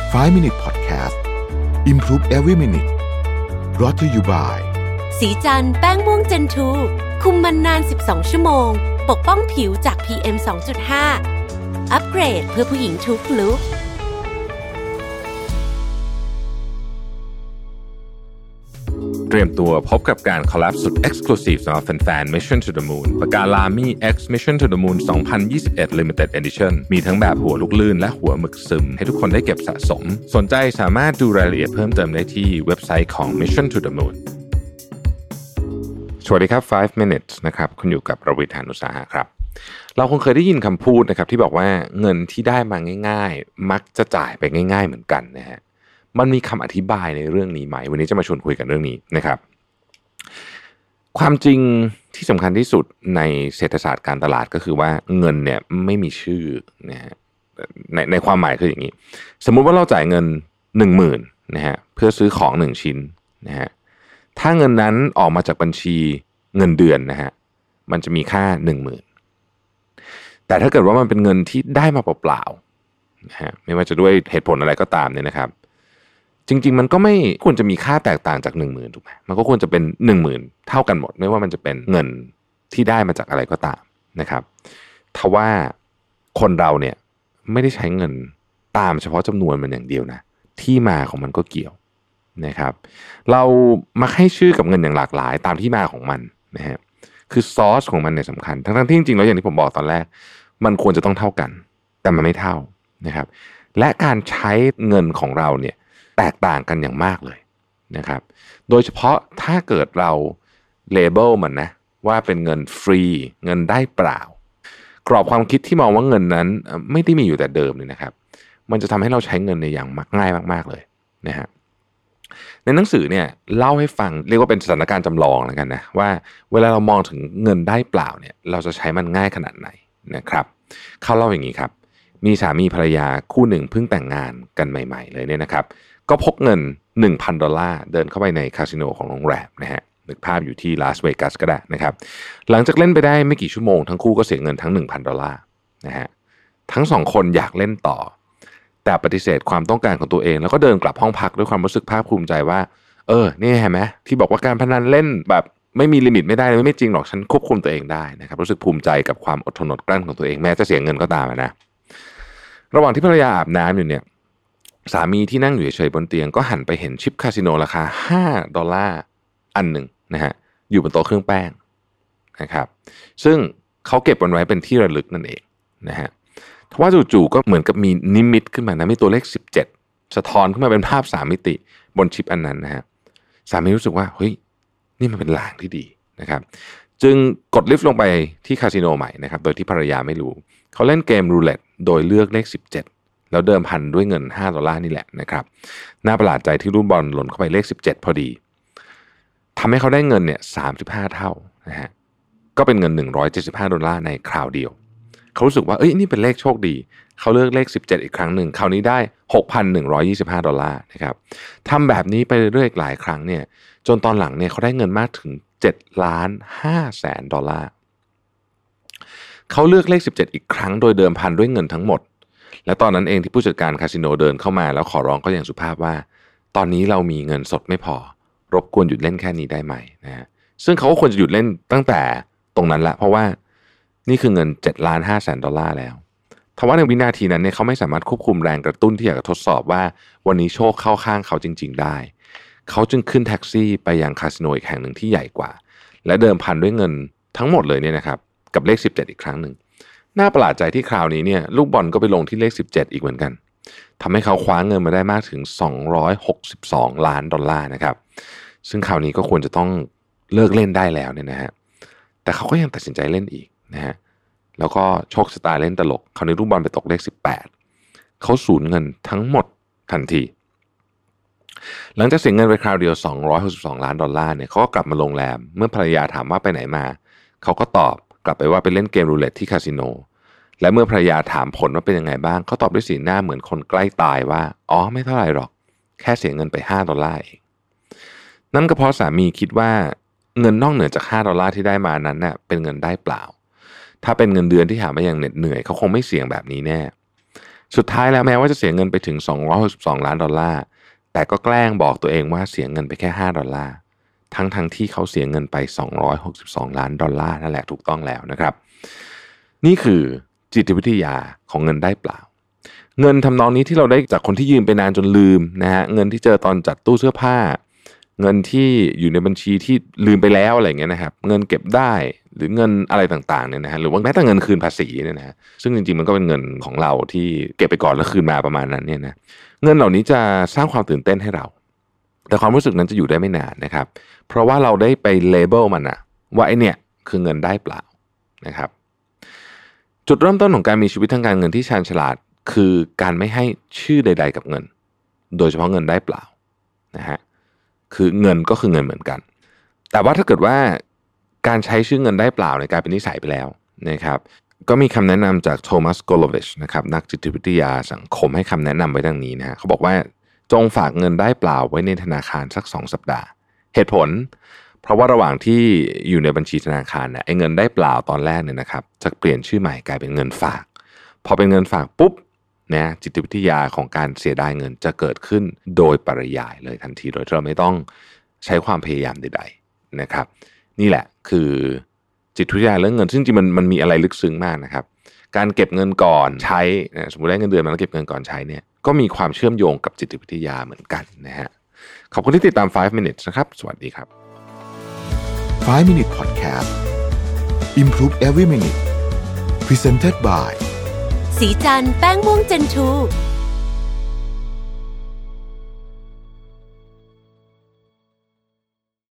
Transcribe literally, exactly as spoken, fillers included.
five minute podcast Improve every minute brought to you by สีจันแป้งม่วงเจนทูคุมมันนานสิบสองชั่วโมงปกป้องผิวจาก พี เอ็ม สองจุดห้า อัปเกรดเพื่อผู้หญิงทุกลุคเตรียมตัวพบกับการคอลแลบสุด Exclusive สำหรับแฟนๆ Mission to the Moon ปากกา Lamy X Mission to the Moon สองพันยี่สิบเอ็ด Limited Edition มีทั้งแบบหัวลูกลื่นและหัวหมึกซึมให้ทุกคนได้เก็บสะสมสนใจสามารถดูรายละเอียดเพิ่มเติมได้ที่เว็บไซต์ของ Mission to the Moon สวัสดีครับfive minutes นะครับคุณอยู่กับประวิทย์ หาญอุตสาหะครับเราคงเคยได้ยินคำพูดนะครับที่บอกว่าเงินที่ได้มาง่ายๆมักจะจ่ายไปง่ายๆเหมือนกันนะฮะมันมีคำอธิบายในเรื่องนี้ไหมวันนี้จะมาชวนคุยกันเรื่องนี้นะครับความจริงที่สำคัญที่สุดในเศรษฐศาสตร์การตลาดก็คือว่าเงินเนี่ยไม่มีชื่อนะฮะในในความหมายคืออย่างนี้สมมุติว่าเราจ่ายเงิน หนึ่งหมื่น นะฮะเพื่อซื้อของหนึ่งชิ้นนะฮะถ้าเงินนั้นออกมาจากบัญชีเงินเดือนนะฮะมันจะมีค่า หนึ่งหมื่น แต่ถ้าเกิดว่ามันเป็นเงินที่ได้มาเปล่าๆนะฮะไม่ว่าจะด้วยเหตุผลอะไรก็ตามเนี่ยนะครับจริงๆมันก็ไม่ควรจะมีค่าแตกต่างจาก หนึ่งหมื่น ถูกไหมมันก็ควรจะเป็น หนึ่งหมื่น เท่ากันหมดไม่ว่ามันจะเป็นเงินที่ได้มาจากอะไรก็ตามนะครับทว่าคนเราเนี่ยไม่ได้ใช้เงินตามเฉพาะจำนวนมันอย่างเดียวนะที่มาของมันก็เกี่ยวนะครับเรามาให้ชื่อกับเงินอย่างหลากหลายตามที่มาของมันนะฮะคือซอสของมันเนี่ยสำคัญทั้งๆที่จริงๆแล้วอย่างที่ผมบอกตอนแรกมันควรจะต้องเท่ากันแต่มันไม่เท่านะครับและการใช้เงินของเราเนี่ยแตกต่างกันอย่างมากเลยนะครับโดยเฉพาะถ้าเกิดเราเลเบลมันนะว่าเป็นเงินฟรีเงินได้เปล่ากรอบความคิดที่มองว่าเงินนั้นไม่ได้มีอยู่แต่เดิมเลยนะครับมันจะทำให้เราใช้เงินในอย่างมักง่ายมากๆเลยนะฮะในหนังสือเนี่ยเล่าให้ฟังเรียกว่าเป็นสถานการณ์จำลองแล้วกันนะว่าเวลาเรามองถึงเงินได้เปล่าเนี่ยเราจะใช้มันง่ายขนาดไหนนะครับเขาเล่าอย่างนี้ครับมีสามีภรรยาคู่หนึ่งเพิ่งแต่งงานกันใหม่ๆเลยเนี่ยนะครับก็พกเงิน หนึ่งพัน ดอลลาร์เดินเข้าไปในคาสิโนของโรงแรมนะฮะนึกภาพอยู่ที่ลาสเวกัสก็ได้นะครับหลังจากเล่นไปได้ไม่กี่ชั่วโมงทั้งคู่ก็เสียเงินทั้ง หนึ่งพัน ดอลลาร์นะฮะทั้งสองคนอยากเล่นต่อแต่ปฏิเสธความต้องการของตัวเองแล้วก็เดินกลับห้องพักด้วยความรู้สึกภาคภูมิใจว่าเออนี่เห็นไหมที่บอกว่าการพนันเล่นแบบไม่มีลิมิตไม่ได้ไม่จริงหรอกฉันควบคุมตัวเองได้นะครับรู้สึกภูมิใจกับความอดทนอดกลั้นของตัวเองแม้จะเสียเงินก็ตามนะระหว่างที่ภรรยาอาบน้ำอยู่เนี่ยสามีที่นั่งอยู่เฉยๆบนเตียงก็หันไปเห็นชิปคาสิโนราคาห้าดอลลาร์อันหนึ่งนะฮะอยู่บนโต๊ะเครื่องแป้งนะครับซึ่งเขาเก็บมันไว้เป็นที่ระลึกนั่นเองนะฮะทว่าจู่ๆก็เหมือนกับมีนิมิตขึ้นมานะมีตัวเลขสิบเจ็ดสะท้อนขึ้นมาเป็นภาพสามมิติบนชิปอันนั้นนะฮะสามีรู้สึกว่าเฮ้ยนี่มันเป็นลางที่ดีนะครับจึงกดลิฟต์ลงไปที่คาสิโนใหม่นะครับโดยที่ภรรยาไม่รู้เขาเล่นเกมรูเล็ตโดยเลือกเลขสิบเจ็ดแล้วเดิมพันด้วยเงินห้าดอลลาร์นี่แหละนะครับน่าประหลาดใจที่ลูกบอลหล่นเข้าไปเลขสิบเจ็ดพอดีทำให้เขาได้เงินเนี่ยสามสิบห้าเท่านะฮะก็เป็นเงินหนึ่งร้อยเจ็ดสิบห้าดอลลาร์ในคราวเดียวเขารู้สึกว่าเอ้ยนี่เป็นเลขโชคดีเขาเลือกเลขสิบเจ็ดอีกครั้งหนึ่งคราวนี้ได้ หกพันหนึ่งร้อยยี่สิบห้าดอลลาร์นะครับทำแบบนี้ไปเรื่อยๆหลายครั้งเนี่ยจนตอนหลังเนี่ยเขาได้เงินมากถึงเจ็ดล้านห้าแสนดอลลาร์เขาเลือกเลขสิบเจ็ดอีกครั้งโดยเดิมพันด้วยเงินทั้งหมดและตอนนั้นเองที่ผู้จัดการคาสิโนเดินเข้ามาแล้วขอร้องก็อย่างสุภาพว่าตอนนี้เรามีเงินสดไม่พอรบกวนหยุดเล่นแค่นี้ได้ไหมนะฮะซึ่งเขาก็ควรจะหยุดเล่นตั้งแต่ตรงนั้นละเพราะว่านี่คือเงินเจ็ดล้านห้าแสนดอลลาร์แล้วทว่าในวินาทีนั้นเนี่ยเขาไม่สามารถควบคุมแรงกระตุ้นที่อยากจะทดสอบว่าวันนี้โชคเข้าข้างเขาจริงๆได้เขาจึงขึ้นแท็กซี่ไปยังคาสิโนอีกแห่งหนึ่งที่ใหญ่กว่าและเดิมพันด้วยเงินทั้งหมดเลยเนี่ยนะครับกับเลขสิบเจ็ดอีกครั้งหนึ่งน่าประหลาดใจที่คราวนี้เนี่ยลูกบอลก็ไปลงที่เลขสิบเจ็ดอีกเหมือนกันทำให้เขาคว้าเงินมาได้มากถึงสองร้อยหกสิบสองล้านดอลลาร์นะครับซึ่งคราวนี้ก็ควรจะต้องเลิกเล่นได้แล้วเนี่ยนะฮะแต่เขาก็ยังตัดสินใจเล่นอีกนะฮะแล้วก็โชคชะตาเล่นตลกคราวนี้ลูกบอลไปตกเลขสิบแปดเขาสูญเงินทั้งหมดทันทีหลังจากเสียเงินไปคราวเดียวสองร้อยหกสิบสองล้านดอลลาร์เนี่ยเขาก็กลับมาโรงแรมเมื่อภรรยาถามว่าไปไหนมาเขาก็ตอบกลับไปว่าไปเล่นเกมรูเล็ตที่คาสิโนและเมื่อภรรยาถามผลว่าเป็นยังไงบ้างเขาตอบด้วยสีหน้าเหมือนคนใกล้ตายว่าอ๋อไม่เท่าไหร่หรอกแค่เสียเงินไปห้าดอลลาร์เองนั่นก็เพราะสามีคิดว่าเงินนอกเหนือจากห้าดอลลาร์ที่ได้มานั้นน่ะเป็นเงินได้เปล่าถ้าเป็นเงินเดือนที่หามาอย่างเหน็ดเหนื่อยเขาคงไม่เสี่ยงแบบนี้แน่สุดท้ายแล้วแม้ว่าจะเสียเงินไปถึงสองร้อยหกสิบสองล้านดอลลาร์แต่ก็แกล้งบอกตัวเองว่าเสียเงินไปแค่ห้าดอลลาร์ทั้งทั้งที่เขาเสียเงินไปสองร้อยหกสิบสองล้านดอลลาร์นั่นแหละถูกต้องแล้วนะครับนี่คือจิตวิทยาของเงินได้เปล่าเงินทำนองนี้ที่เราได้จากคนที่ยืมไปนานจนลืมนะฮะเงินที่เจอตอนจัดตู้เสื้อผ้าเงินที่อยู่ในบัญชีที่ลืมไปแล้วอะไรเงี้ยนะครับเงินเก็บได้หรือเงินอะไรต่างๆเนี่ยนะฮะหรือว่าแม้แต่เงินคืนภาษีเนี่ยนะฮะซึ่งจริงๆมันก็เป็นเงินของเราที่เก็บไปก่อนแล้วคืนมาประมาณนั้นเนี่ยนะเงินเหล่านี้จะสร้างความตื่นเต้นให้เราแต่ความรู้สึกนั้นจะอยู่ได้ไม่นานนะครับเพราะว่าเราได้ไปเลเบลมันอะว่าไอเนี่ยคือเงินได้เปล่านะครับจุดเริ่มต้นของการมีชีวิตทางการเงินที่ชาญฉลาดคือการไม่ให้ชื่อใดๆกับเงินโดยเฉพาะเงินได้เปล่านะฮะคือเงินก็คือเงินเหมือนกันแต่ว่าถ้าเกิดว่าการใช้ชื่อเงินได้เปล่าในการเป็นนิสัยไปแล้วนะครับก็มีคำแนะนำจากโทมัสโกโลวิชนะครับนักจิตวิทยาสังคมให้คำแนะนำไว้ดังนี้นะฮะเขาบอกว่าจงฝากเงินได้เปล่าไว้ในธนาคารสักสองสัปดาห์เหตุผลเพราะว่าระหว่างที่อยู่ในบัญชีธนาคารเนี่ยไอ้เงินได้เปล่าตอนแรกเนี่ยนะครับจะเปลี่ยนชื่อใหม่กลายเป็นเงินฝากพอเป็นเงินฝากปุ๊บนะจิตวิทยาของการเสียดายเงินจะเกิดขึ้นโดยปริยายเลยทันทีโดยที่เราไม่ต้องใช้ความพยายามใดๆนะครับนี่แหละคือจิตวิทยาเรื่องเงินซึ่งจริงมันมันมีอะไรลึกซึ้งมากนะครับการเก็บเงินก่อนใช้สมมุติได้เงินเดือนมาแล้วเก็บเงินก่อนใช้เนี่ยก็มีความเชื่อมโยงกับจิตวิทยาเหมือนกันนะฮะขอบคุณที่ติดตามไฟว์ minutes นะครับสวัสดีครับไฟว์ minute podcast Improve every minute Presented by สีจันทร์แป้งม่วงเจนทู